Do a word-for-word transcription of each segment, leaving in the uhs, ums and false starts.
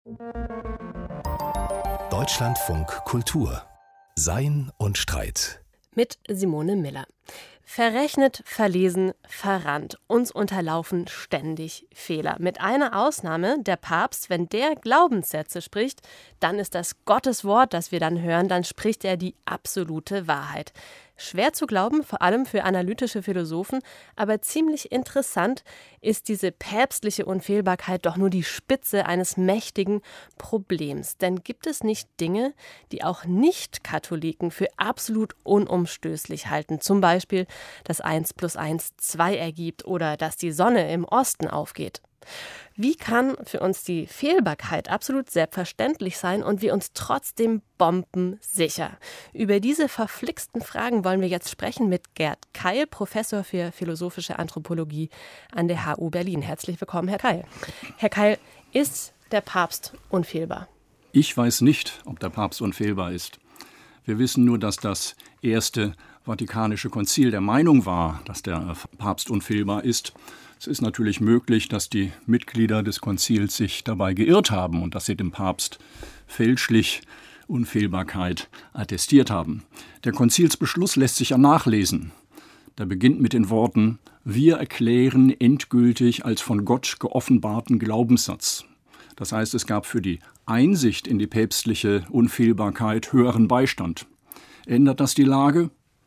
Deutschlandfunk Kultur. Sein und Streit. Mit Simone Miller. Verrechnet, verlesen, verrannt. Uns unterlaufen ständig Fehler. Mit einer Ausnahme, der Papst. Wenn der Glaubenssätze spricht, dann ist das Gottes Wort, das wir dann hören, dann spricht er die absolute Wahrheit. Schwer zu glauben, vor allem für analytische Philosophen, aber ziemlich interessant ist diese päpstliche Unfehlbarkeit doch nur die Spitze eines mächtigen Problems. Denn gibt es nicht Dinge, die auch Nicht-Katholiken für absolut unumstößlich halten? Zum Beispiel, dass eins plus eins zwei ergibt oder dass die Sonne im Osten aufgeht. Wie kann für uns die Fehlbarkeit absolut selbstverständlich sein und wir uns trotzdem bombensicher? Über diese verflixten Fragen wollen wir jetzt sprechen mit Gerd Keil, Professor für philosophische Anthropologie an der H U Berlin. Herzlich willkommen, Herr Keil. Herr Keil, ist der Papst unfehlbar? Ich weiß nicht, ob der Papst unfehlbar ist. Wir wissen nur, dass das erste Vatikanische Konzil der Meinung war, dass der Papst unfehlbar ist. Es ist natürlich möglich, dass die Mitglieder des Konzils sich dabei geirrt haben und dass sie dem Papst fälschlich Unfehlbarkeit attestiert haben. Der Konzilsbeschluss lässt sich ja nachlesen. Der beginnt mit den Worten: Wir erklären endgültig als von Gott geoffenbarten Glaubenssatz. Das heißt, es gab für die Einsicht in die päpstliche Unfehlbarkeit höheren Beistand. Ändert das die Lage?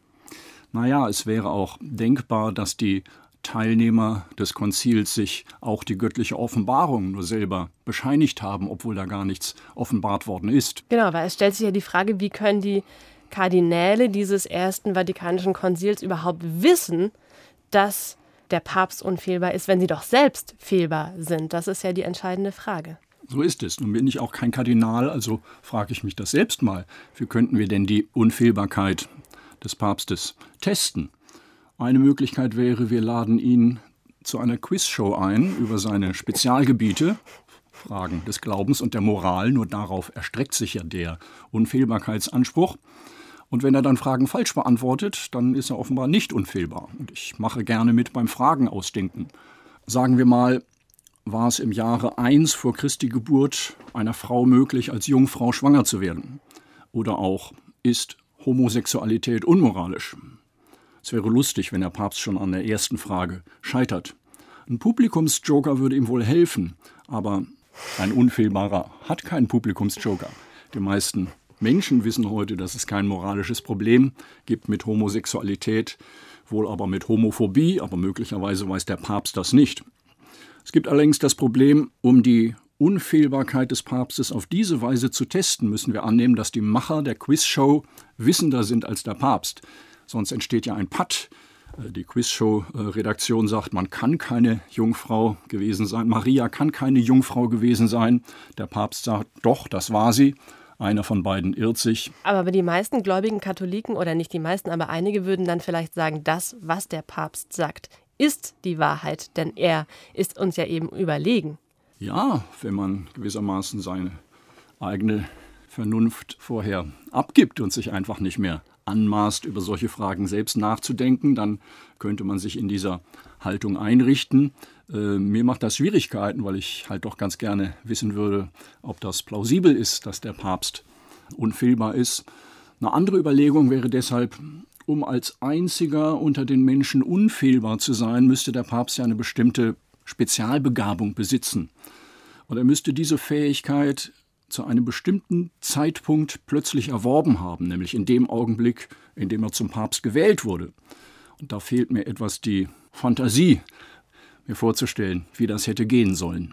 Naja, es wäre auch denkbar, dass die Teilnehmer des Konzils sich auch die göttliche Offenbarung nur selber bescheinigt haben, obwohl da gar nichts offenbart worden ist. Genau, weil es stellt sich ja die Frage, wie können die Kardinäle dieses ersten Vatikanischen Konzils überhaupt wissen, dass der Papst unfehlbar ist, wenn sie doch selbst fehlbar sind? Das ist ja die entscheidende Frage. So ist es. Nun bin ich auch kein Kardinal, also frage ich mich das selbst mal. Wie könnten wir denn die Unfehlbarkeit des Papstes testen? Eine Möglichkeit wäre, wir laden ihn zu einer Quizshow ein über seine Spezialgebiete, Fragen des Glaubens und der Moral. Nur darauf erstreckt sich ja der Unfehlbarkeitsanspruch. Und wenn er dann Fragen falsch beantwortet, dann ist er offenbar nicht unfehlbar. Und ich mache gerne mit beim Fragen ausdenken. Sagen wir mal, war es im Jahre eins vor Christi Geburt einer Frau möglich, als Jungfrau schwanger zu werden? Oder auch, ist Homosexualität unmoralisch? Es wäre lustig, wenn der Papst schon an der ersten Frage scheitert. Ein Publikumsjoker würde ihm wohl helfen, aber ein Unfehlbarer hat keinen Publikumsjoker. Die meisten Menschen wissen heute, dass es kein moralisches Problem gibt mit Homosexualität, wohl aber mit Homophobie, aber möglicherweise weiß der Papst das nicht. Es gibt allerdings das Problem, um die Unfehlbarkeit des Papstes auf diese Weise zu testen, müssen wir annehmen, dass die Macher der Quizshow wissender sind als der Papst. Sonst entsteht ja ein Patt. Die Quizshow-Redaktion sagt, man kann keine Jungfrau gewesen sein. Maria kann keine Jungfrau gewesen sein. Der Papst sagt, doch, das war sie. Einer von beiden irrt sich. Aber die meisten gläubigen Katholiken, oder nicht die meisten, aber einige würden dann vielleicht sagen, das, was der Papst sagt, ist die Wahrheit. Denn er ist uns ja eben überlegen. Ja, wenn man gewissermaßen seine eigene Vernunft vorher abgibt und sich einfach nicht mehr anmaßt, über solche Fragen selbst nachzudenken, dann könnte man sich in dieser Haltung einrichten. Äh, mir macht das Schwierigkeiten, weil ich halt doch ganz gerne wissen würde, ob das plausibel ist, dass der Papst unfehlbar ist. Eine andere Überlegung wäre deshalb, um als einziger unter den Menschen unfehlbar zu sein, müsste der Papst ja eine bestimmte Spezialbegabung besitzen. Und er müsste diese Fähigkeit zu einem bestimmten Zeitpunkt plötzlich erworben haben, nämlich in dem Augenblick, in dem er zum Papst gewählt wurde. Und da fehlt mir etwas die Fantasie, mir vorzustellen, wie das hätte gehen sollen.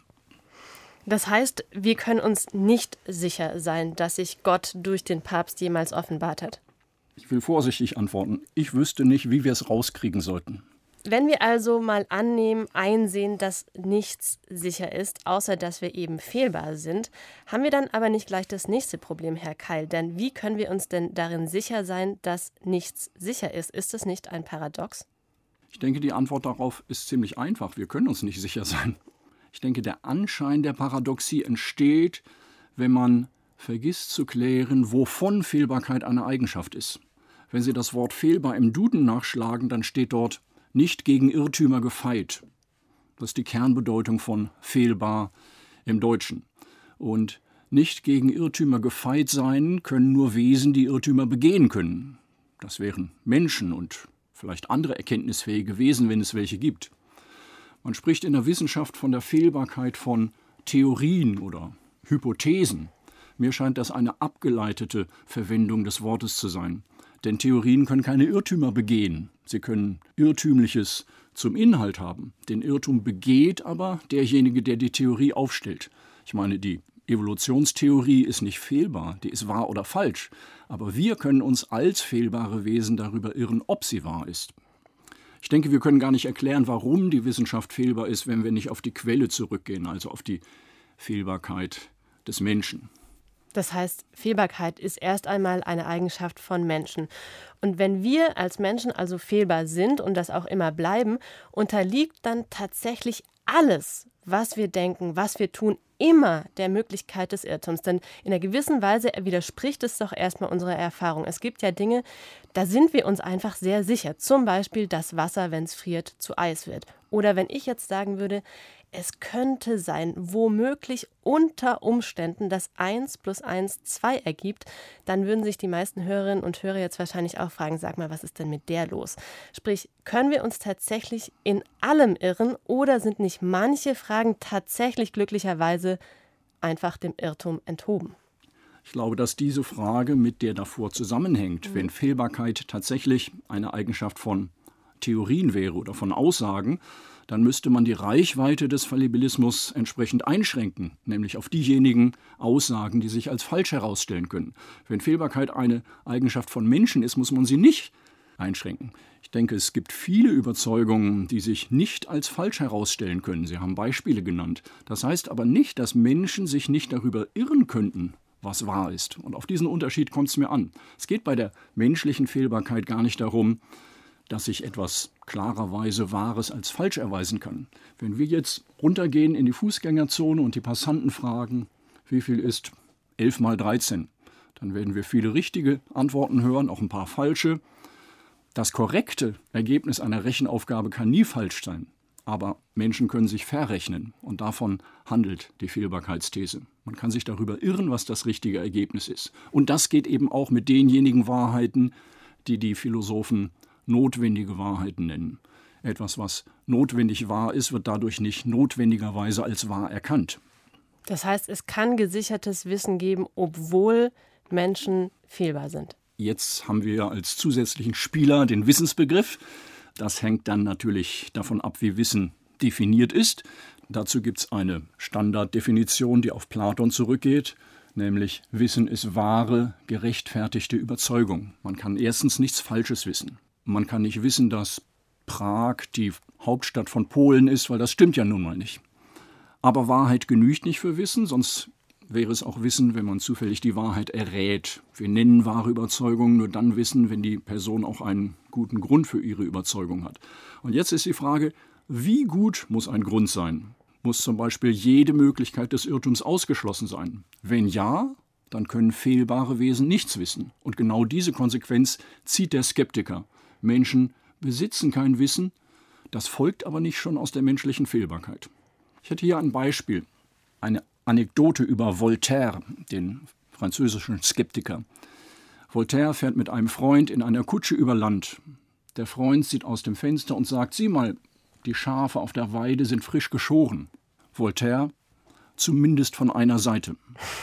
Das heißt, wir können uns nicht sicher sein, dass sich Gott durch den Papst jemals offenbart hat. Ich will vorsichtig antworten. Ich wüsste nicht, wie wir es rauskriegen sollten. Wenn wir also mal annehmen, einsehen, dass nichts sicher ist, außer dass wir eben fehlbar sind, haben wir dann aber nicht gleich das nächste Problem, Herr Keil. Denn wie können wir uns denn darin sicher sein, dass nichts sicher ist? Ist das nicht ein Paradox? Ich denke, die Antwort darauf ist ziemlich einfach. Wir können uns nicht sicher sein. Ich denke, der Anschein der Paradoxie entsteht, wenn man vergisst zu klären, wovon Fehlbarkeit eine Eigenschaft ist. Wenn Sie das Wort fehlbar im Duden nachschlagen, dann steht dort nicht gegen Irrtümer gefeit. Das ist die Kernbedeutung von fehlbar im Deutschen. Und nicht gegen Irrtümer gefeit sein können nur Wesen, die Irrtümer begehen können. Das wären Menschen und vielleicht andere erkenntnisfähige Wesen, wenn es welche gibt. Man spricht in der Wissenschaft von der Fehlbarkeit von Theorien oder Hypothesen. Mir scheint das eine abgeleitete Verwendung des Wortes zu sein. Denn Theorien können keine Irrtümer begehen. Sie können Irrtümliches zum Inhalt haben. Den Irrtum begeht aber derjenige, der die Theorie aufstellt. Ich meine, die Evolutionstheorie ist nicht fehlbar, die ist wahr oder falsch. Aber wir können uns als fehlbare Wesen darüber irren, ob sie wahr ist. Ich denke, wir können gar nicht erklären, warum die Wissenschaft fehlbar ist, wenn wir nicht auf die Quelle zurückgehen, also auf die Fehlbarkeit des Menschen. Das heißt, Fehlbarkeit ist erst einmal eine Eigenschaft von Menschen. Und wenn wir als Menschen also fehlbar sind und das auch immer bleiben, unterliegt dann tatsächlich alles, was wir denken, was wir tun, immer der Möglichkeit des Irrtums. Denn in einer gewissen Weise widerspricht es doch erstmal unserer Erfahrung. Es gibt ja Dinge, da sind wir uns einfach sehr sicher. Zum Beispiel, dass Wasser, wenn es friert, zu Eis wird. Oder wenn ich jetzt sagen würde, es könnte sein, womöglich unter Umständen, dass eins plus eins zwei ergibt, dann würden sich die meisten Hörerinnen und Hörer jetzt wahrscheinlich auch fragen, sag mal, was ist denn mit der los? Sprich, können wir uns tatsächlich in allem irren oder sind nicht manche Fragen tatsächlich glücklicherweise einfach dem Irrtum enthoben? Ich glaube, dass diese Frage mit der davor zusammenhängt. Mhm. Wenn Fehlbarkeit tatsächlich eine Eigenschaft von Theorien wäre oder von Aussagen, dann müsste man die Reichweite des Fallibilismus entsprechend einschränken, nämlich auf diejenigen Aussagen, die sich als falsch herausstellen können. Wenn Fehlbarkeit eine Eigenschaft von Menschen ist, muss man sie nicht einschränken. Ich denke, es gibt viele Überzeugungen, die sich nicht als falsch herausstellen können. Sie haben Beispiele genannt. Das heißt aber nicht, dass Menschen sich nicht darüber irren könnten, was wahr ist. Und auf diesen Unterschied kommt es mir an. Es geht bei der menschlichen Fehlbarkeit gar nicht darum, dass sich etwas klarerweise Wahres als falsch erweisen kann. Wenn wir jetzt runtergehen in die Fußgängerzone und die Passanten fragen, wie viel ist elf mal dreizehn, dann werden wir viele richtige Antworten hören, auch ein paar falsche. Das korrekte Ergebnis einer Rechenaufgabe kann nie falsch sein, aber Menschen können sich verrechnen und davon handelt die Fehlbarkeitsthese. Man kann sich darüber irren, was das richtige Ergebnis ist. Und das geht eben auch mit denjenigen Wahrheiten, die die Philosophen notwendige Wahrheiten nennen. Etwas, was notwendig wahr ist, wird dadurch nicht notwendigerweise als wahr erkannt. Das heißt, es kann gesichertes Wissen geben, obwohl Menschen fehlbar sind. Jetzt haben wir als zusätzlichen Spieler den Wissensbegriff. Das hängt dann natürlich davon ab, wie Wissen definiert ist. Dazu gibt es eine Standarddefinition, die auf Platon zurückgeht. Nämlich Wissen ist wahre, gerechtfertigte Überzeugung. Man kann erstens nichts Falsches wissen. Man kann nicht wissen, dass Prag die Hauptstadt von Polen ist, weil das stimmt ja nun mal nicht. Aber Wahrheit genügt nicht für Wissen, sonst wäre es auch Wissen, wenn man zufällig die Wahrheit errät. Wir nennen wahre Überzeugungen nur dann Wissen, wenn die Person auch einen guten Grund für ihre Überzeugung hat. Und jetzt ist die Frage, wie gut muss ein Grund sein? Muss zum Beispiel jede Möglichkeit des Irrtums ausgeschlossen sein? Wenn ja, dann können fehlbare Wesen nichts wissen. Und genau diese Konsequenz zieht der Skeptiker. Menschen besitzen kein Wissen, das folgt aber nicht schon aus der menschlichen Fehlbarkeit. Ich hätte hier ein Beispiel, eine Anekdote über Voltaire, den französischen Skeptiker. Voltaire fährt mit einem Freund in einer Kutsche über Land. Der Freund sieht aus dem Fenster und sagt, sieh mal, die Schafe auf der Weide sind frisch geschoren. Voltaire, zumindest von einer Seite.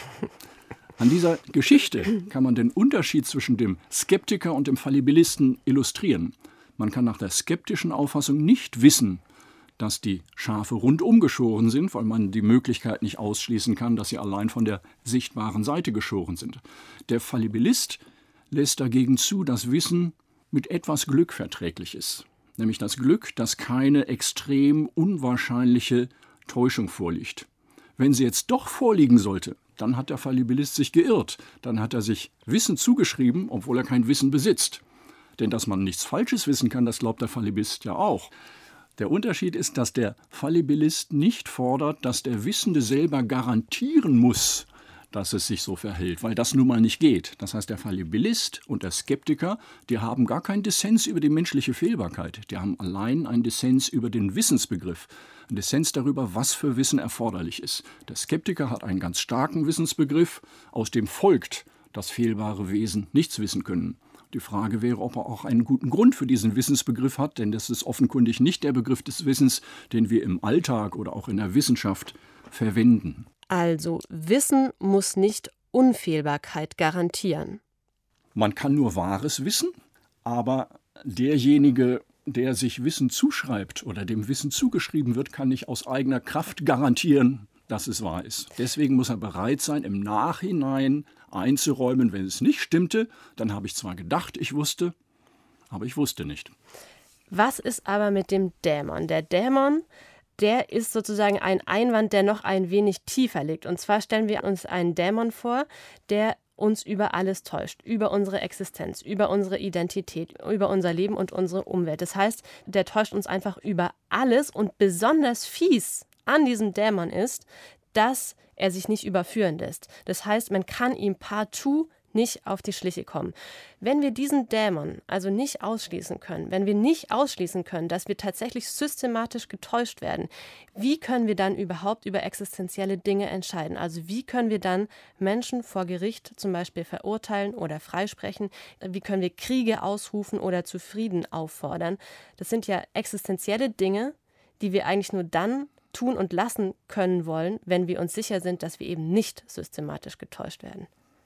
An dieser Geschichte kann man den Unterschied zwischen dem Skeptiker und dem Fallibilisten illustrieren. Man kann nach der skeptischen Auffassung nicht wissen, dass die Schafe rundum geschoren sind, weil man die Möglichkeit nicht ausschließen kann, dass sie allein von der sichtbaren Seite geschoren sind. Der Fallibilist lässt dagegen zu, dass Wissen mit etwas Glück verträglich ist. Nämlich das Glück, dass keine extrem unwahrscheinliche Täuschung vorliegt. Wenn sie jetzt doch vorliegen sollte, dann hat der Fallibilist sich geirrt. Dann hat er sich Wissen zugeschrieben, obwohl er kein Wissen besitzt. Denn dass man nichts Falsches wissen kann, das glaubt der Fallibilist ja auch. Der Unterschied ist, dass der Fallibilist nicht fordert, dass der Wissende selber garantieren muss, dass es sich so verhält, weil das nun mal nicht geht. Das heißt, der Fallibilist und der Skeptiker, die haben gar keinen Dissens über die menschliche Fehlbarkeit. Die haben allein einen Dissens über den Wissensbegriff, einen Dissens darüber, was für Wissen erforderlich ist. Der Skeptiker hat einen ganz starken Wissensbegriff, aus dem folgt, dass fehlbare Wesen nichts wissen können. Die Frage wäre, ob er auch einen guten Grund für diesen Wissensbegriff hat, denn das ist offenkundig nicht der Begriff des Wissens, den wir im Alltag oder auch in der Wissenschaft verwenden. Also Wissen muss nicht Unfehlbarkeit garantieren. Man kann nur wahres Wissen, aber derjenige, der sich Wissen zuschreibt oder dem Wissen zugeschrieben wird, kann nicht aus eigener Kraft garantieren, dass es wahr ist. Deswegen muss er bereit sein, im Nachhinein einzuräumen, wenn es nicht stimmte, dann habe ich zwar gedacht, ich wusste, aber ich wusste nicht. Was ist aber mit dem Dämon? Der Dämon, der ist sozusagen ein Einwand, der noch ein wenig tiefer liegt. Und zwar stellen wir uns einen Dämon vor, der uns über alles täuscht, über unsere Existenz, über unsere Identität, über unser Leben und unsere Umwelt. Das heißt, der täuscht uns einfach über alles und besonders fies an diesem Dämon ist, dass er sich nicht überführen lässt. Das heißt, man kann ihm partout nicht auf die Schliche kommen. Wenn wir diesen Dämon also nicht ausschließen können, wenn wir nicht ausschließen können, dass wir tatsächlich systematisch getäuscht werden, wie können wir dann überhaupt über existenzielle Dinge entscheiden? Also wie können wir dann Menschen vor Gericht zum Beispiel verurteilen oder freisprechen? Wie können wir Kriege ausrufen oder zu Frieden auffordern? Das sind ja existenzielle Dinge, die wir eigentlich nur dann tun und lassen können wollen, wenn wir uns sicher sind, dass wir eben nicht systematisch getäuscht werden.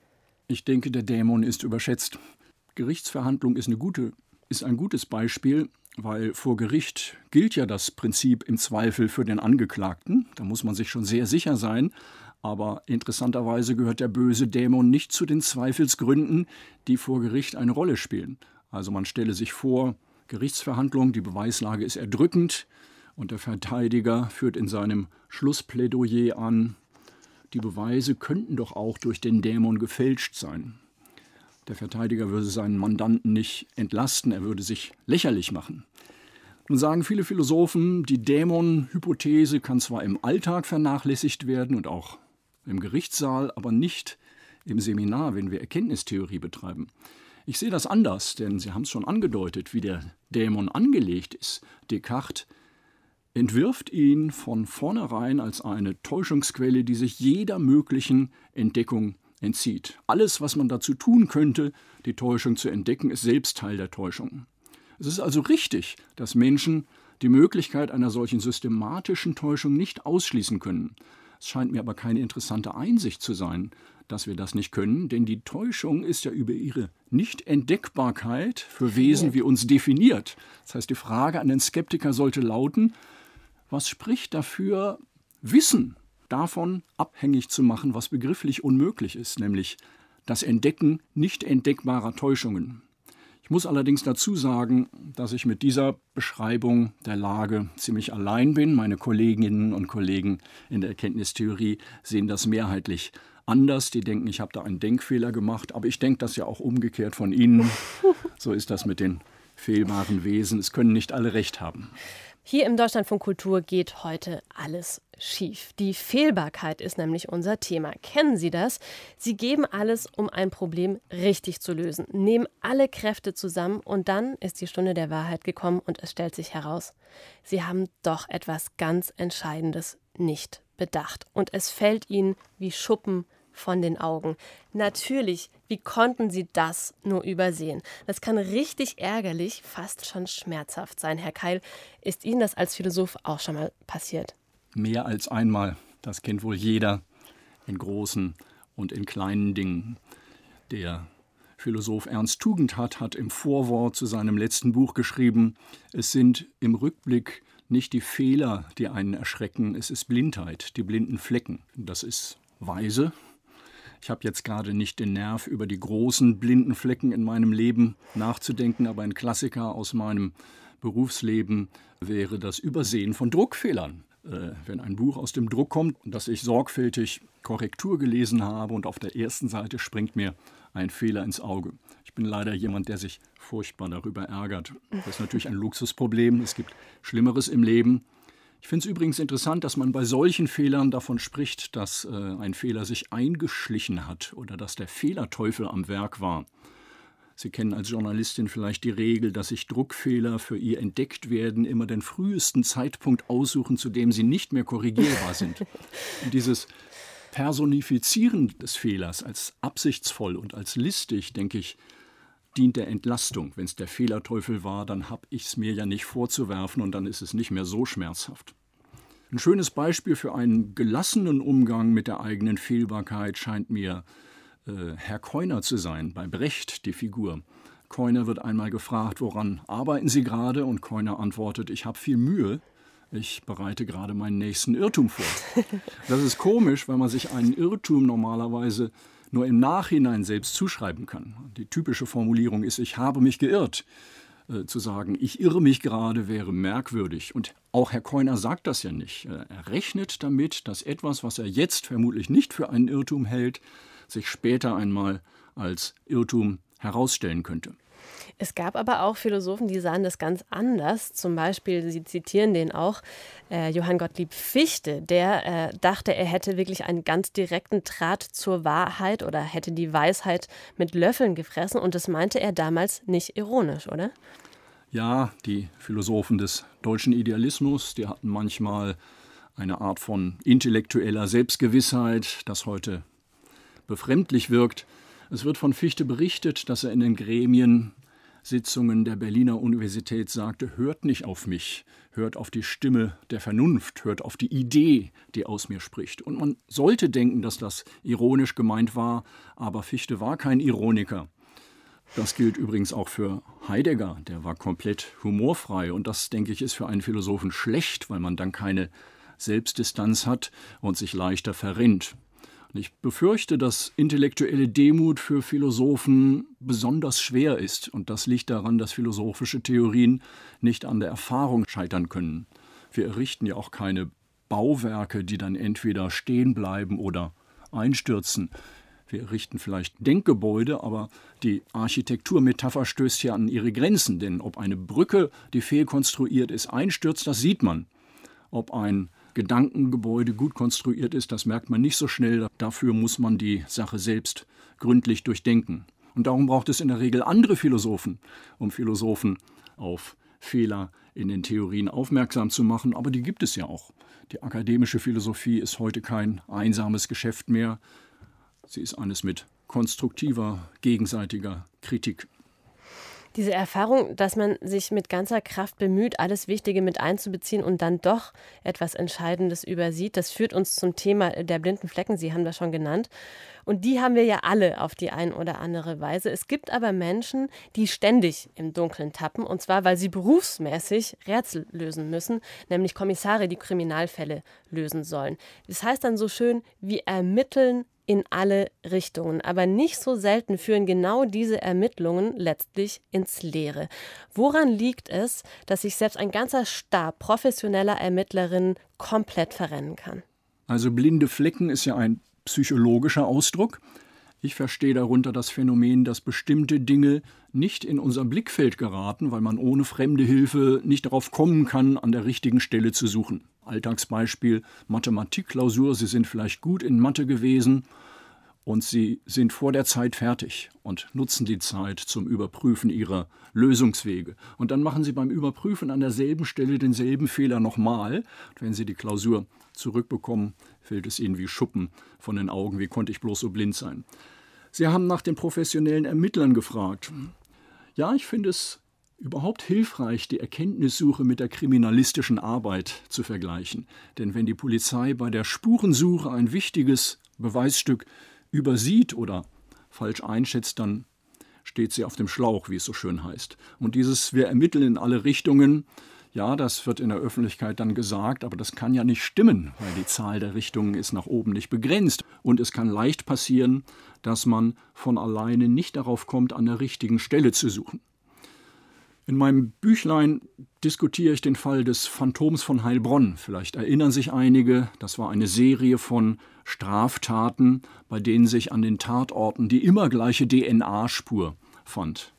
Ich denke, der Dämon ist überschätzt. Gerichtsverhandlung ist, eine gute, ist ein gutes Beispiel, weil vor Gericht gilt ja das Prinzip im Zweifel für den Angeklagten. Da muss man sich schon sehr sicher sein. Aber interessanterweise gehört der böse Dämon nicht zu den Zweifelsgründen, die vor Gericht eine Rolle spielen. Also man stelle sich vor, Gerichtsverhandlung, die Beweislage ist erdrückend und der Verteidiger führt in seinem Schlussplädoyer an, die Beweise könnten doch auch durch den Dämon gefälscht sein. Der Verteidiger würde seinen Mandanten nicht entlasten, er würde sich lächerlich machen. Nun sagen viele Philosophen, die Dämon-Hypothese kann zwar im Alltag vernachlässigt werden und auch im Gerichtssaal, aber nicht im Seminar, wenn wir Erkenntnistheorie betreiben. Ich sehe das anders, denn Sie haben es schon angedeutet, wie der Dämon angelegt ist. Descartes entwirft ihn von vornherein als eine Täuschungsquelle, die sich jeder möglichen Entdeckung entzieht. Alles, was man dazu tun könnte, die Täuschung zu entdecken, ist selbst Teil der Täuschung. Es ist also richtig, dass Menschen die Möglichkeit einer solchen systematischen Täuschung nicht ausschließen können. Es scheint mir aber keine interessante Einsicht zu sein, dass wir das nicht können, denn die Täuschung ist ja über ihre Nichtentdeckbarkeit für Wesen wie uns definiert. Das heißt, die Frage an den Skeptiker sollte lauten, was spricht dafür, Wissen davon abhängig zu machen, was begrifflich unmöglich ist, nämlich das Entdecken nicht entdeckbarer Täuschungen. Ich muss allerdings dazu sagen, dass ich mit dieser Beschreibung der Lage ziemlich allein bin. Meine Kolleginnen und Kollegen in der Erkenntnistheorie sehen das mehrheitlich anders. Die denken, ich habe da einen Denkfehler gemacht, aber ich denke das ja auch umgekehrt von Ihnen. So ist das mit den fehlbaren Wesen. Es können nicht alle recht haben. Hier im Deutschlandfunk Kultur geht heute alles schief. Die Fehlbarkeit ist nämlich unser Thema. Kennen Sie das? Sie geben alles, um ein Problem richtig zu lösen, nehmen alle Kräfte zusammen und dann ist die Stunde der Wahrheit gekommen und es stellt sich heraus, Sie haben doch etwas ganz Entscheidendes nicht bedacht. Und es fällt Ihnen wie Schuppen von den Augen. Natürlich, wie konnten Sie das nur übersehen? Das kann richtig ärgerlich, fast schon schmerzhaft sein. Herr Keil, ist Ihnen das als Philosoph auch schon mal passiert? Mehr als einmal. Das kennt wohl jeder in großen und in kleinen Dingen. Der Philosoph Ernst Tugendhat hat im Vorwort zu seinem letzten Buch geschrieben, es sind im Rückblick nicht die Fehler, die einen erschrecken, es ist Blindheit, die blinden Flecken. Das ist weise. Ich habe jetzt gerade nicht den Nerv, über die großen blinden Flecken in meinem Leben nachzudenken, aber ein Klassiker aus meinem Berufsleben wäre das Übersehen von Druckfehlern. Äh, wenn ein Buch aus dem Druck kommt und das ich sorgfältig Korrektur gelesen habe und auf der ersten Seite springt mir ein Fehler ins Auge. Ich bin leider jemand, der sich furchtbar darüber ärgert. Das ist natürlich ein Luxusproblem. Es gibt Schlimmeres im Leben. Ich finde es übrigens interessant, dass man bei solchen Fehlern davon spricht, dass äh, ein Fehler sich eingeschlichen hat oder dass der Fehlerteufel am Werk war. Sie kennen als Journalistin vielleicht die Regel, dass sich Druckfehler für ihr entdeckt werden, immer den frühesten Zeitpunkt aussuchen, zu dem sie nicht mehr korrigierbar sind. Und dieses Personifizieren des Fehlers als absichtsvoll und als listig, denke ich, dient der Entlastung. Wenn es der Fehlerteufel war, dann habe ich es mir ja nicht vorzuwerfen und dann ist es nicht mehr so schmerzhaft. Ein schönes Beispiel für einen gelassenen Umgang mit der eigenen Fehlbarkeit scheint mir äh, Herr Keuner zu sein, bei Brecht die Figur. Keuner wird einmal gefragt, woran arbeiten Sie gerade? Und Keuner antwortet, ich habe viel Mühe. Ich bereite gerade meinen nächsten Irrtum vor. Das ist komisch, weil man sich einen Irrtum normalerweise nur im Nachhinein selbst zuschreiben kann. Die typische Formulierung ist, ich habe mich geirrt. Äh, zu sagen, ich irre mich gerade, wäre merkwürdig. Und auch Herr Keuner sagt das ja nicht. Äh, er rechnet damit, dass etwas, was er jetzt vermutlich nicht für einen Irrtum hält, sich später einmal als Irrtum herausstellen könnte. Es gab aber auch Philosophen, die sahen das ganz anders. Zum Beispiel, Sie zitieren den auch, äh, Johann Gottlieb Fichte, der äh, dachte, er hätte wirklich einen ganz direkten Draht zur Wahrheit oder hätte die Weisheit mit Löffeln gefressen. Und das meinte er damals nicht ironisch, oder? Ja, die Philosophen des deutschen Idealismus, die hatten manchmal eine Art von intellektueller Selbstgewissheit, das heute befremdlich wirkt. Es wird von Fichte berichtet, dass er in den Gremiensitzungen der Berliner Universität sagte, hört nicht auf mich, hört auf die Stimme der Vernunft, hört auf die Idee, die aus mir spricht. Und man sollte denken, dass das ironisch gemeint war, aber Fichte war kein Ironiker. Das gilt übrigens auch für Heidegger, der war komplett humorfrei. Und das, denke ich, ist für einen Philosophen schlecht, weil man dann keine Selbstdistanz hat und sich leichter verrennt. Ich befürchte, dass intellektuelle Demut für Philosophen besonders schwer ist. Und das liegt daran, dass philosophische Theorien nicht an der Erfahrung scheitern können. Wir errichten ja auch keine Bauwerke, die dann entweder stehen bleiben oder einstürzen. Wir errichten vielleicht Denkgebäude, aber die Architekturmetapher stößt ja an ihre Grenzen. Denn ob eine Brücke, die fehlkonstruiert ist, einstürzt, das sieht man. Ob ein Gedankengebäude gut konstruiert ist, das merkt man nicht so schnell. Dafür muss man die Sache selbst gründlich durchdenken. Und darum braucht es in der Regel andere Philosophen, um Philosophen auf Fehler in den Theorien aufmerksam zu machen. Aber die gibt es ja auch. Die akademische Philosophie ist heute kein einsames Geschäft mehr. Sie ist eines mit konstruktiver, gegenseitiger Kritik. Diese Erfahrung, dass man sich mit ganzer Kraft bemüht, alles Wichtige mit einzubeziehen und dann doch etwas Entscheidendes übersieht, das führt uns zum Thema der blinden Flecken, Sie haben das schon genannt. Und die haben wir ja alle auf die ein oder andere Weise. Es gibt aber Menschen, die ständig im Dunkeln tappen, und zwar, weil sie berufsmäßig Rätsel lösen müssen, nämlich Kommissare, die Kriminalfälle lösen sollen. Das heißt dann so schön, wir ermitteln in alle Richtungen. Aber nicht so selten führen genau diese Ermittlungen letztlich ins Leere. Woran liegt es, dass sich selbst ein ganzer Stab professioneller Ermittlerinnen komplett verrennen kann? Also blinde Flecken ist ja ein psychologischer Ausdruck. Ich verstehe darunter das Phänomen, dass bestimmte Dinge nicht in unser Blickfeld geraten, weil man ohne fremde Hilfe nicht darauf kommen kann, an der richtigen Stelle zu suchen. Alltagsbeispiel Mathematikklausur. Sie sind vielleicht gut in Mathe gewesen und Sie sind vor der Zeit fertig und nutzen die Zeit zum Überprüfen Ihrer Lösungswege. Und dann machen Sie beim Überprüfen an derselben Stelle denselben Fehler nochmal. Und wenn Sie die Klausur zurückbekommen, fällt es Ihnen wie Schuppen von den Augen. Wie konnte ich bloß so blind sein? Sie haben nach den professionellen Ermittlern gefragt. Ja, ich finde es überhaupt hilfreich, die Erkenntnissuche mit der kriminalistischen Arbeit zu vergleichen. Denn wenn die Polizei bei der Spurensuche ein wichtiges Beweisstück übersieht oder falsch einschätzt, dann steht sie auf dem Schlauch, wie es so schön heißt. Und dieses wir ermitteln in alle Richtungen, ja, das wird in der Öffentlichkeit dann gesagt, aber das kann ja nicht stimmen, weil die Zahl der Richtungen ist nach oben nicht begrenzt. Und es kann leicht passieren, dass man von alleine nicht darauf kommt, an der richtigen Stelle zu suchen. In meinem Büchlein diskutiere ich den Fall des Phantoms von Heilbronn. Vielleicht erinnern sich einige, das war eine Serie von Straftaten, bei denen sich an den Tatorten die immer gleiche D N A-Spur fand.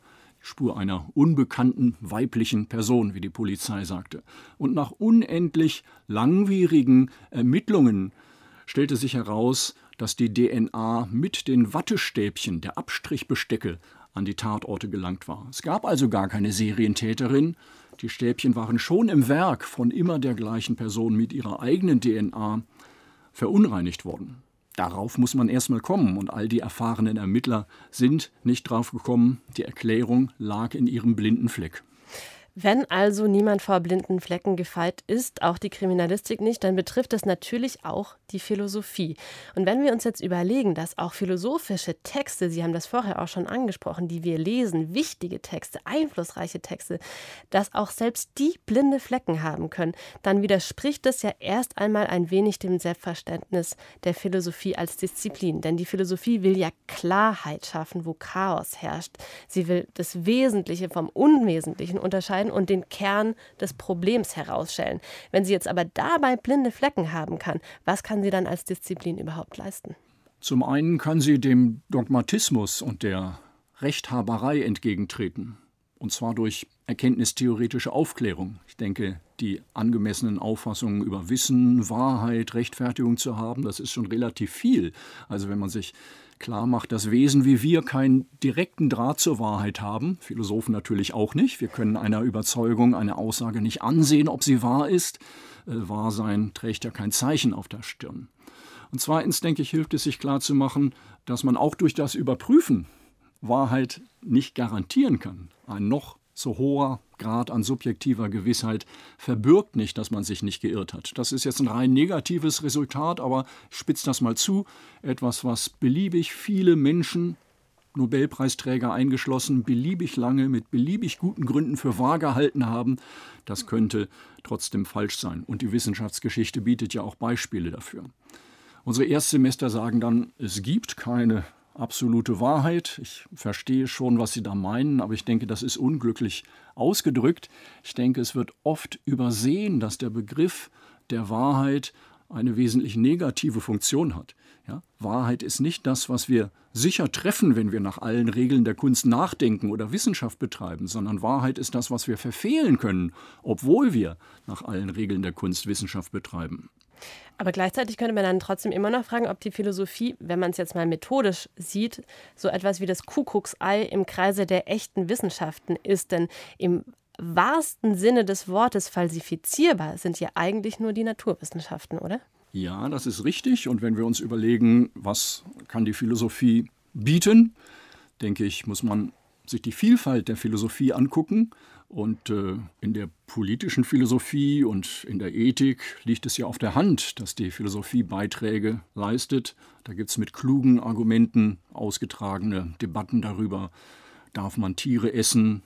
Spur einer unbekannten weiblichen Person, wie die Polizei sagte. Und nach unendlich langwierigen Ermittlungen stellte sich heraus, dass die D N A mit den Wattestäbchen der Abstrichbestecke an die Tatorte gelangt war. Es gab also gar keine Serientäterin. Die Stäbchen waren schon im Werk von immer der gleichen Person mit ihrer eigenen D N A verunreinigt worden. Darauf muss man erstmal kommen, und all die erfahrenen Ermittler sind nicht drauf gekommen. Die Erklärung lag in ihrem blinden Fleck. Wenn also niemand vor blinden Flecken gefeit ist, auch die Kriminalistik nicht, dann betrifft das natürlich auch die Philosophie. Und wenn wir uns jetzt überlegen, dass auch philosophische Texte, Sie haben das vorher auch schon angesprochen, die wir lesen, wichtige Texte, einflussreiche Texte, dass auch selbst die blinde Flecken haben können, dann widerspricht das ja erst einmal ein wenig dem Selbstverständnis der Philosophie als Disziplin. Denn die Philosophie will ja Klarheit schaffen, wo Chaos herrscht. Sie will das Wesentliche vom Unwesentlichen unterscheiden und den Kern des Problems herausstellen. Wenn sie jetzt aber dabei blinde Flecken haben kann, was kann sie dann als Disziplin überhaupt leisten? Zum einen kann sie dem Dogmatismus und der Rechthaberei entgegentreten. Und zwar durch erkenntnistheoretische Aufklärung. Ich denke, die angemessenen Auffassungen über Wissen, Wahrheit, Rechtfertigung zu haben, das ist schon relativ viel. Also wenn man sich klar macht, dass Wesen wie wir keinen direkten Draht zur Wahrheit haben, Philosophen natürlich auch nicht. Wir können einer Überzeugung, eine Aussage nicht ansehen, ob sie wahr ist. Äh, Wahrsein trägt ja kein Zeichen auf der Stirn. Und zweitens, denke ich, hilft es sich klarzumachen, dass man auch durch das Überprüfen Wahrheit nicht garantieren kann. Ein noch so hoher Grad an subjektiver Gewissheit verbirgt nicht, dass man sich nicht geirrt hat. Das ist jetzt ein rein negatives Resultat, aber ich spitze das mal zu. Etwas, was beliebig viele Menschen, Nobelpreisträger eingeschlossen, beliebig lange mit beliebig guten Gründen für wahr gehalten haben, das könnte trotzdem falsch sein. Und die Wissenschaftsgeschichte bietet ja auch Beispiele dafür. Unsere Erstsemester sagen dann, es gibt keine absolute Wahrheit. Ich verstehe schon, was Sie da meinen, aber ich denke, das ist unglücklich ausgedrückt. Ich denke, es wird oft übersehen, dass der Begriff der Wahrheit eine wesentlich negative Funktion hat. Ja? Wahrheit ist nicht das, was wir sicher treffen, wenn wir nach allen Regeln der Kunst nachdenken oder Wissenschaft betreiben, sondern Wahrheit ist das, was wir verfehlen können, obwohl wir nach allen Regeln der Kunst Wissenschaft betreiben. Aber gleichzeitig könnte man dann trotzdem immer noch fragen, ob die Philosophie, wenn man es jetzt mal methodisch sieht, so etwas wie das Kuckucksei im Kreise der echten Wissenschaften ist. Denn im wahrsten Sinne des Wortes falsifizierbar sind ja eigentlich nur die Naturwissenschaften, oder? Ja, das ist richtig. Und wenn wir uns überlegen, was kann die Philosophie bieten, denke ich, muss man sich die Vielfalt der Philosophie angucken. Und äh, in der politischen Philosophie und in der Ethik liegt es ja auf der Hand, dass die Philosophie Beiträge leistet. Da gibt es mit klugen Argumenten ausgetragene Debatten darüber, darf man Tiere essen,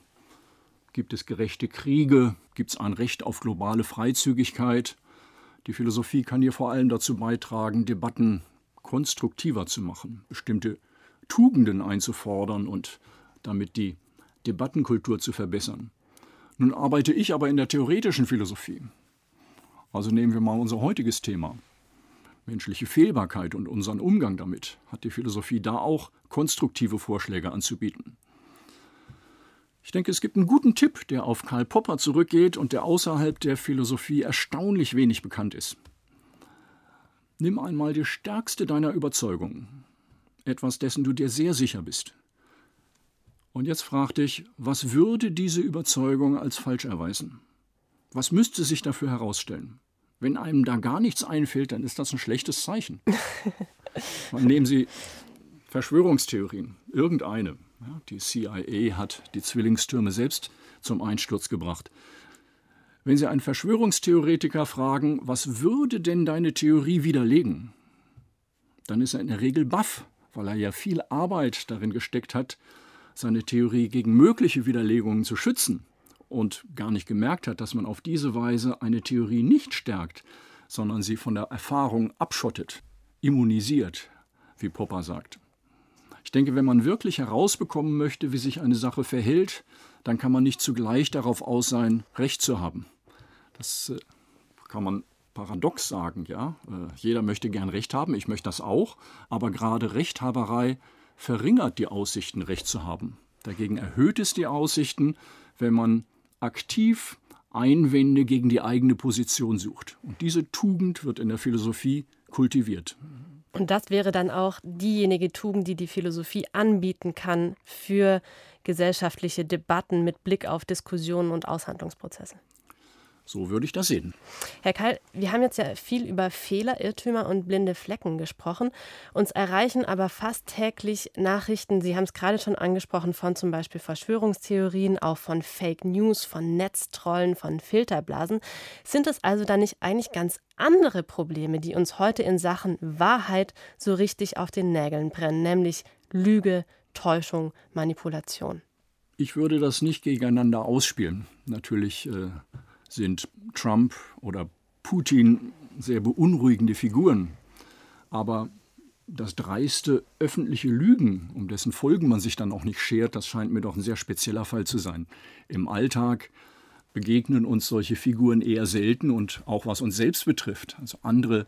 gibt es gerechte Kriege, gibt es ein Recht auf globale Freizügigkeit. Die Philosophie kann hier vor allem dazu beitragen, Debatten konstruktiver zu machen, bestimmte Tugenden einzufordern und damit die Debattenkultur zu verbessern. Nun arbeite ich aber in der theoretischen Philosophie. Also nehmen wir mal unser heutiges Thema. Menschliche Fehlbarkeit und unseren Umgang damit. Hat die Philosophie da auch konstruktive Vorschläge anzubieten? Ich denke, es gibt einen guten Tipp, der auf Karl Popper zurückgeht und der außerhalb der Philosophie erstaunlich wenig bekannt ist. Nimm einmal die stärkste deiner Überzeugungen, etwas, dessen du dir sehr sicher bist. Und jetzt frag dich, was würde diese Überzeugung als falsch erweisen? Was müsste sich dafür herausstellen? Wenn einem da gar nichts einfällt, dann ist das ein schlechtes Zeichen. Nehmen Sie Verschwörungstheorien, irgendeine. Ja, die C I A hat die Zwillingstürme selbst zum Einsturz gebracht. Wenn Sie einen Verschwörungstheoretiker fragen, was würde denn deine Theorie widerlegen, dann ist er in der Regel baff, weil er ja viel Arbeit darin gesteckt hat, seine Theorie gegen mögliche Widerlegungen zu schützen und gar nicht gemerkt hat, dass man auf diese Weise eine Theorie nicht stärkt, sondern sie von der Erfahrung abschottet, immunisiert, wie Popper sagt. Ich denke, wenn man wirklich herausbekommen möchte, wie sich eine Sache verhält, dann kann man nicht zugleich darauf aus sein, Recht zu haben. Das äh, kann man paradox sagen, ja. Äh, jeder möchte gern Recht haben, ich möchte das auch, aber gerade Rechthaberei verringert die Aussichten, Recht zu haben. Dagegen erhöht es die Aussichten, wenn man aktiv Einwände gegen die eigene Position sucht. Und diese Tugend wird in der Philosophie kultiviert. Und das wäre dann auch diejenige Tugend, die die Philosophie anbieten kann für gesellschaftliche Debatten mit Blick auf Diskussionen und Aushandlungsprozesse. So würde ich das sehen. Herr Keil, wir haben jetzt ja viel über Fehler, Irrtümer und blinde Flecken gesprochen. Uns erreichen aber fast täglich Nachrichten, Sie haben es gerade schon angesprochen, von zum Beispiel Verschwörungstheorien, auch von Fake News, von Netztrollen, von Filterblasen. Sind es also dann nicht eigentlich ganz andere Probleme, die uns heute in Sachen Wahrheit so richtig auf den Nägeln brennen, nämlich Lüge, Täuschung, Manipulation? Ich würde das nicht gegeneinander ausspielen. Natürlich äh, sind Trump oder Putin sehr beunruhigende Figuren. Aber das dreiste öffentliche Lügen, um dessen Folgen man sich dann auch nicht schert, das scheint mir doch ein sehr spezieller Fall zu sein. Im Alltag begegnen uns solche Figuren eher selten und auch was uns selbst betrifft. Also andere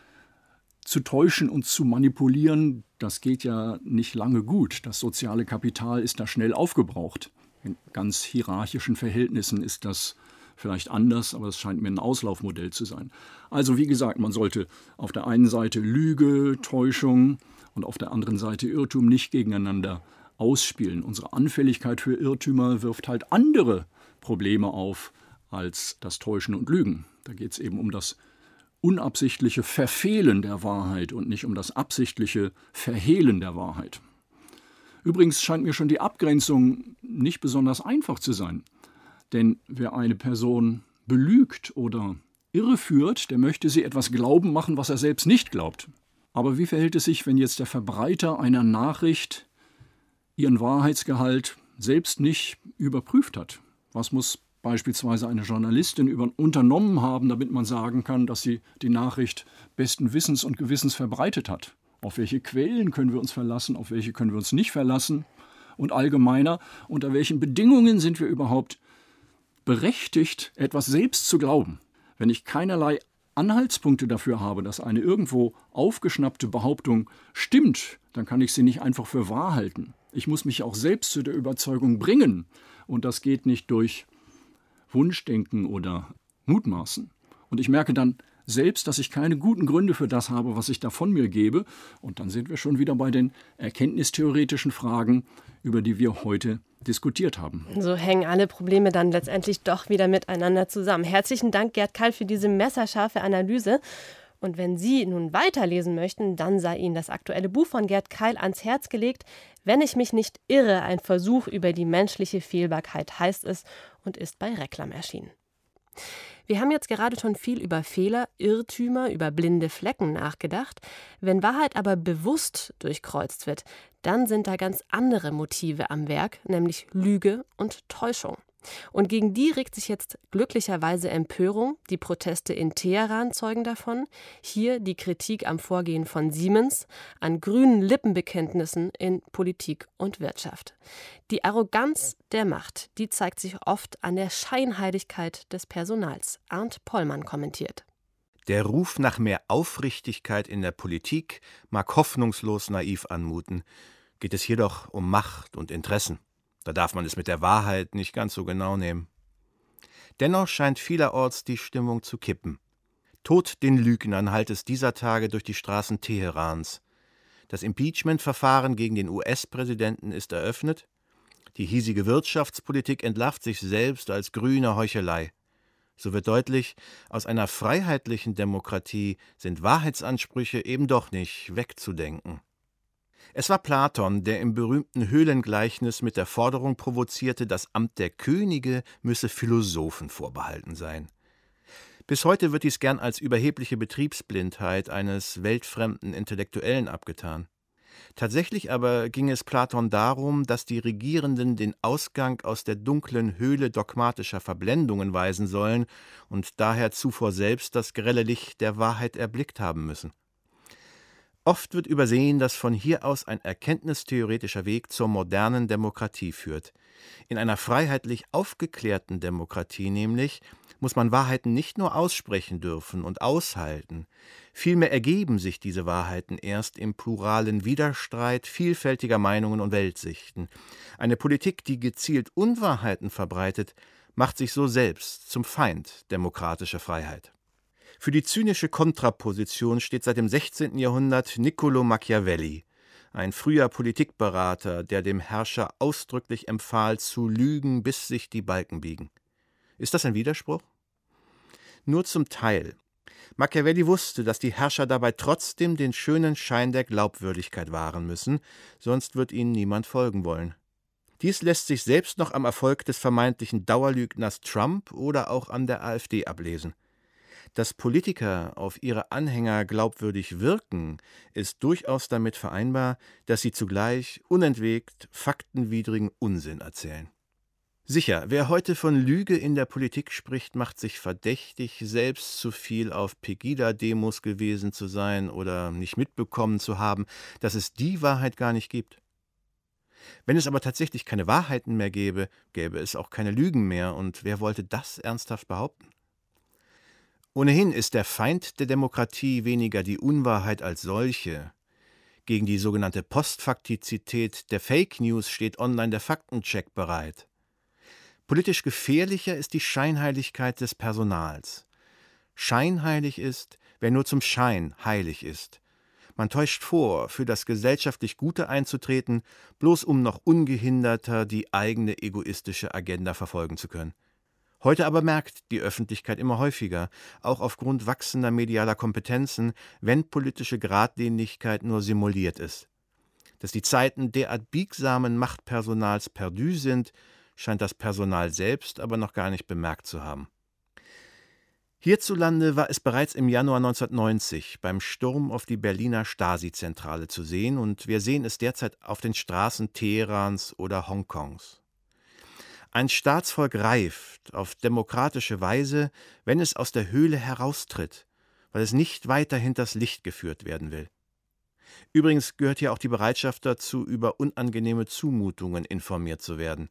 zu täuschen und zu manipulieren, das geht ja nicht lange gut. Das soziale Kapital ist da schnell aufgebraucht. In ganz hierarchischen Verhältnissen ist das vielleicht anders, aber es scheint mir ein Auslaufmodell zu sein. Also wie gesagt, man sollte auf der einen Seite Lüge, Täuschung und auf der anderen Seite Irrtum nicht gegeneinander ausspielen. Unsere Anfälligkeit für Irrtümer wirft halt andere Probleme auf als das Täuschen und Lügen. Da geht es eben um das unabsichtliche Verfehlen der Wahrheit und nicht um das absichtliche Verhehlen der Wahrheit. Übrigens scheint mir schon die Abgrenzung nicht besonders einfach zu sein. Denn wer eine Person belügt oder irreführt, der möchte sie etwas glauben machen, was er selbst nicht glaubt. Aber wie verhält es sich, wenn jetzt der Verbreiter einer Nachricht ihren Wahrheitsgehalt selbst nicht überprüft hat? Was muss beispielsweise eine Journalistin über, unternommen haben, damit man sagen kann, dass sie die Nachricht besten Wissens und Gewissens verbreitet hat? Auf welche Quellen können wir uns verlassen, auf welche können wir uns nicht verlassen? Und allgemeiner, unter welchen Bedingungen sind wir überhaupt berechtigt, etwas selbst zu glauben? Wenn ich keinerlei Anhaltspunkte dafür habe, dass eine irgendwo aufgeschnappte Behauptung stimmt, dann kann ich sie nicht einfach für wahr halten. Ich muss mich auch selbst zu der Überzeugung bringen. Und das geht nicht durch Wunschdenken oder Mutmaßen. Und ich merke dann selbst, dass ich keine guten Gründe für das habe, was ich da von mir gebe. Und dann sind wir schon wieder bei den erkenntnistheoretischen Fragen, über die wir heute diskutiert haben. So hängen alle Probleme dann letztendlich doch wieder miteinander zusammen. Herzlichen Dank, Gerd Keil, für diese messerscharfe Analyse. Und wenn Sie nun weiterlesen möchten, dann sei Ihnen das aktuelle Buch von Gerd Keil ans Herz gelegt. Wenn ich mich nicht irre, ein Versuch über die menschliche Fehlbarkeit heißt es und ist bei Reklam erschienen. Wir haben jetzt gerade schon viel über Fehler, Irrtümer, über blinde Flecken nachgedacht. Wenn Wahrheit aber bewusst durchkreuzt wird, dann sind da ganz andere Motive am Werk, nämlich Lüge und Täuschung. Und gegen die regt sich jetzt glücklicherweise Empörung. Die Proteste in Teheran zeugen davon. Hier die Kritik am Vorgehen von Siemens, an grünen Lippenbekenntnissen in Politik und Wirtschaft. Die Arroganz der Macht, die zeigt sich oft an der Scheinheiligkeit des Personals. Arndt Pollmann kommentiert. Der Ruf nach mehr Aufrichtigkeit in der Politik mag hoffnungslos naiv anmuten. Geht es hier doch um Macht und Interessen. Da darf man es mit der Wahrheit nicht ganz so genau nehmen. Dennoch scheint vielerorts die Stimmung zu kippen. Tod den Lügnern hallt es dieser Tage durch die Straßen Teherans. Das Impeachment-Verfahren gegen den U S-Präsidenten ist eröffnet. Die hiesige Wirtschaftspolitik entlarvt sich selbst als grüne Heuchelei. So wird deutlich, aus einer freiheitlichen Demokratie sind Wahrheitsansprüche eben doch nicht wegzudenken. Es war Platon, der im berühmten Höhlengleichnis mit der Forderung provozierte, das Amt der Könige müsse Philosophen vorbehalten sein. Bis heute wird dies gern als überhebliche Betriebsblindheit eines weltfremden Intellektuellen abgetan. Tatsächlich aber ging es Platon darum, dass die Regierenden den Ausgang aus der dunklen Höhle dogmatischer Verblendungen weisen sollen und daher zuvor selbst das grelle Licht der Wahrheit erblickt haben müssen. Oft wird übersehen, dass von hier aus ein erkenntnistheoretischer Weg zur modernen Demokratie führt. In einer freiheitlich aufgeklärten Demokratie nämlich muss man Wahrheiten nicht nur aussprechen dürfen und aushalten. Vielmehr ergeben sich diese Wahrheiten erst im pluralen Widerstreit vielfältiger Meinungen und Weltsichten. Eine Politik, die gezielt Unwahrheiten verbreitet, macht sich so selbst zum Feind demokratischer Freiheit. Für die zynische Kontraposition steht seit dem sechzehnten Jahrhundert Niccolò Machiavelli, ein früher Politikberater, der dem Herrscher ausdrücklich empfahl, zu lügen, bis sich die Balken biegen. Ist das ein Widerspruch? Nur zum Teil. Machiavelli wusste, dass die Herrscher dabei trotzdem den schönen Schein der Glaubwürdigkeit wahren müssen, sonst wird ihnen niemand folgen wollen. Dies lässt sich selbst noch am Erfolg des vermeintlichen Dauerlügners Trump oder auch an der AfD ablesen. Dass Politiker auf ihre Anhänger glaubwürdig wirken, ist durchaus damit vereinbar, dass sie zugleich unentwegt faktenwidrigen Unsinn erzählen. Sicher, wer heute von Lüge in der Politik spricht, macht sich verdächtig, selbst zu viel auf Pegida-Demos gewesen zu sein oder nicht mitbekommen zu haben, dass es die Wahrheit gar nicht gibt. Wenn es aber tatsächlich keine Wahrheiten mehr gäbe, gäbe es auch keine Lügen mehr, und wer wollte das ernsthaft behaupten? Ohnehin ist der Feind der Demokratie weniger die Unwahrheit als solche. Gegen die sogenannte Postfaktizität der Fake News steht online der Faktencheck bereit. Politisch gefährlicher ist die Scheinheiligkeit des Personals. Scheinheilig ist, wer nur zum Schein heilig ist. Man täuscht vor, für das gesellschaftlich Gute einzutreten, bloß um noch ungehinderter die eigene egoistische Agenda verfolgen zu können. Heute aber merkt die Öffentlichkeit immer häufiger, auch aufgrund wachsender medialer Kompetenzen, wenn politische Geradlinigkeit nur simuliert ist. Dass die Zeiten derart biegsamen Machtpersonals perdu sind, scheint das Personal selbst aber noch gar nicht bemerkt zu haben. Hierzulande war es bereits im Januar neunzehnhundertneunzig beim Sturm auf die Berliner Stasi-Zentrale zu sehen, und wir sehen es derzeit auf den Straßen Teherans oder Hongkongs. Ein Staatsvolk reift auf demokratische Weise, wenn es aus der Höhle heraustritt, weil es nicht weiter hinters Licht geführt werden will. Übrigens gehört hier auch die Bereitschaft dazu, über unangenehme Zumutungen informiert zu werden.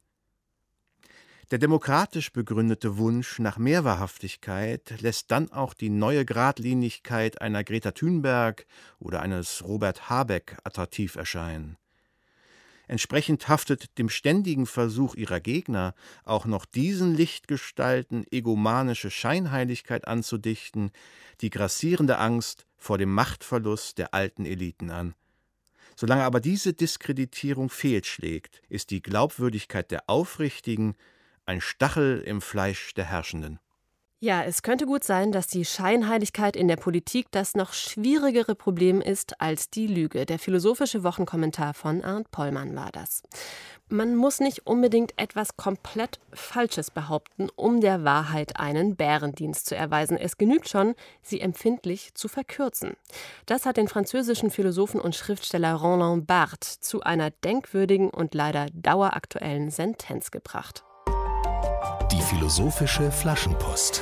Der demokratisch begründete Wunsch nach mehr Wahrhaftigkeit lässt dann auch die neue Geradlinigkeit einer Greta Thunberg oder eines Robert Habeck attraktiv erscheinen. Entsprechend haftet dem ständigen Versuch ihrer Gegner, auch noch diesen Lichtgestalten egomanische Scheinheiligkeit anzudichten, die grassierende Angst vor dem Machtverlust der alten Eliten an. Solange aber diese Diskreditierung fehlschlägt, ist die Glaubwürdigkeit der Aufrichtigen ein Stachel im Fleisch der Herrschenden. Ja, es könnte gut sein, dass die Scheinheiligkeit in der Politik das noch schwierigere Problem ist als die Lüge. Der philosophische Wochenkommentar von Arndt Pollmann war das. Man muss nicht unbedingt etwas komplett Falsches behaupten, um der Wahrheit einen Bärendienst zu erweisen. Es genügt schon, sie empfindlich zu verkürzen. Das hat den französischen Philosophen und Schriftsteller Roland Barthes zu einer denkwürdigen und leider daueraktuellen Sentenz gebracht. Die philosophische Flaschenpost.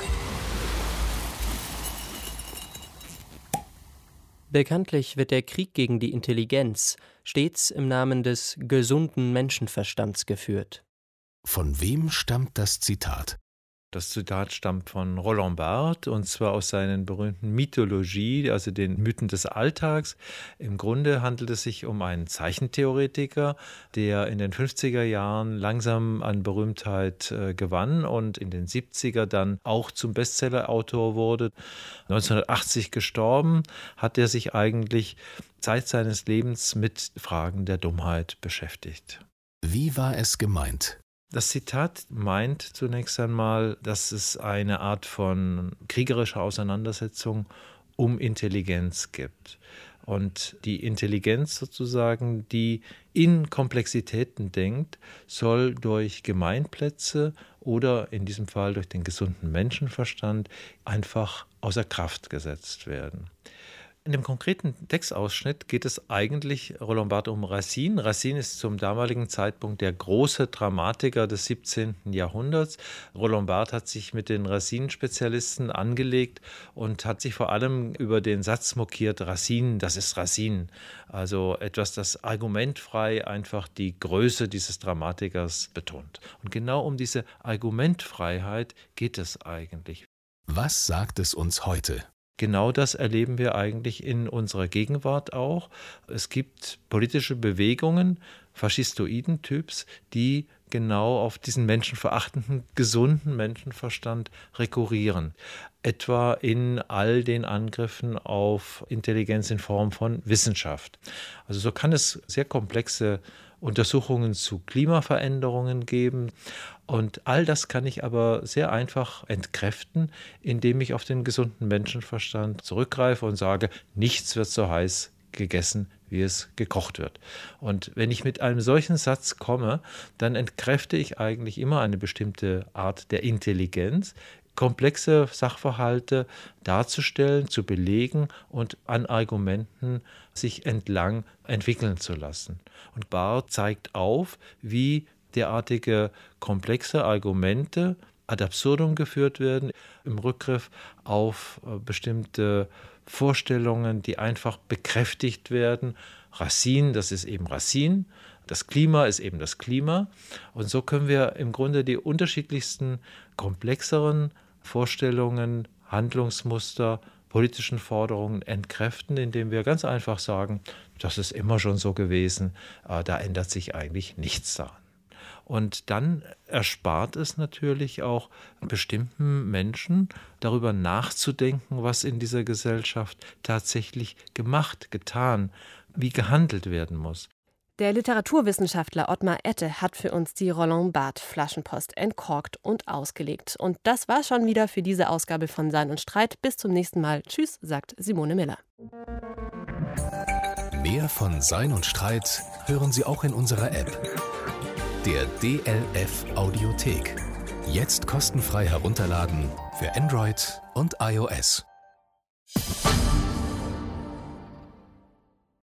Bekanntlich wird der Krieg gegen die Intelligenz stets im Namen des gesunden Menschenverstands geführt. Von wem stammt das Zitat? Das Zitat stammt von Roland Barthes, und zwar aus seinen berühmten Mythologie, also den Mythen des Alltags. Im Grunde handelt es sich um einen Zeichentheoretiker, der in den fünfziger Jahren langsam an Berühmtheit äh, gewann und in den siebziger dann auch zum Bestsellerautor wurde. neunzehnhundertachtzig gestorben, hat er sich eigentlich Zeit seines Lebens mit Fragen der Dummheit beschäftigt. Wie war es gemeint? Das Zitat meint zunächst einmal, dass es eine Art von kriegerischer Auseinandersetzung um Intelligenz gibt. Und die Intelligenz sozusagen, die in Komplexitäten denkt, soll durch Gemeinplätze oder in diesem Fall durch den gesunden Menschenverstand einfach außer Kraft gesetzt werden. In dem konkreten Textausschnitt geht es eigentlich Roland Barthes um Racine. Racine ist zum damaligen Zeitpunkt der große Dramatiker des siebzehnten Jahrhunderts. Roland Barthes hat sich mit den Racine-Spezialisten angelegt und hat sich vor allem über den Satz mokiert, Racine, das ist Racine. Also etwas, das argumentfrei einfach die Größe dieses Dramatikers betont. Und genau um diese Argumentfreiheit geht es eigentlich. Was sagt es uns heute? Genau das erleben wir eigentlich in unserer Gegenwart auch. Es gibt politische Bewegungen, faschistoiden Typs, die genau auf diesen menschenverachtenden, gesunden Menschenverstand rekurrieren. Etwa in all den Angriffen auf Intelligenz in Form von Wissenschaft. Also so kann es sehr komplexe Untersuchungen zu Klimaveränderungen geben. Und all das kann ich aber sehr einfach entkräften, indem ich auf den gesunden Menschenverstand zurückgreife und sage, nichts wird so heiß gegessen, wie es gekocht wird. Und wenn ich mit einem solchen Satz komme, dann entkräfte ich eigentlich immer eine bestimmte Art der Intelligenz, komplexe Sachverhalte darzustellen, zu belegen und an Argumenten sich entlang entwickeln zu lassen. Und Barthes zeigt auf, wie derartige komplexe Argumente ad absurdum geführt werden, im Rückgriff auf bestimmte Vorstellungen, die einfach bekräftigt werden. Racine, das ist eben Racine, das Klima ist eben das Klima. Und so können wir im Grunde die unterschiedlichsten, komplexeren Vorstellungen, Handlungsmuster, politischen Forderungen entkräften, indem wir ganz einfach sagen, das ist immer schon so gewesen, da ändert sich eigentlich nichts daran. Und dann erspart es natürlich auch bestimmten Menschen, darüber nachzudenken, was in dieser Gesellschaft tatsächlich gemacht, getan, wie gehandelt werden muss. Der Literaturwissenschaftler Ottmar Ette hat für uns die Roland Barthes Flaschenpost entkorkt und ausgelegt. Und das war schon wieder für diese Ausgabe von Sein und Streit. Bis zum nächsten Mal. Tschüss, sagt Simone Miller. Mehr von Sein und Streit hören Sie auch in unserer App, der D L F Audiothek. Jetzt kostenfrei herunterladen für Android und iOS.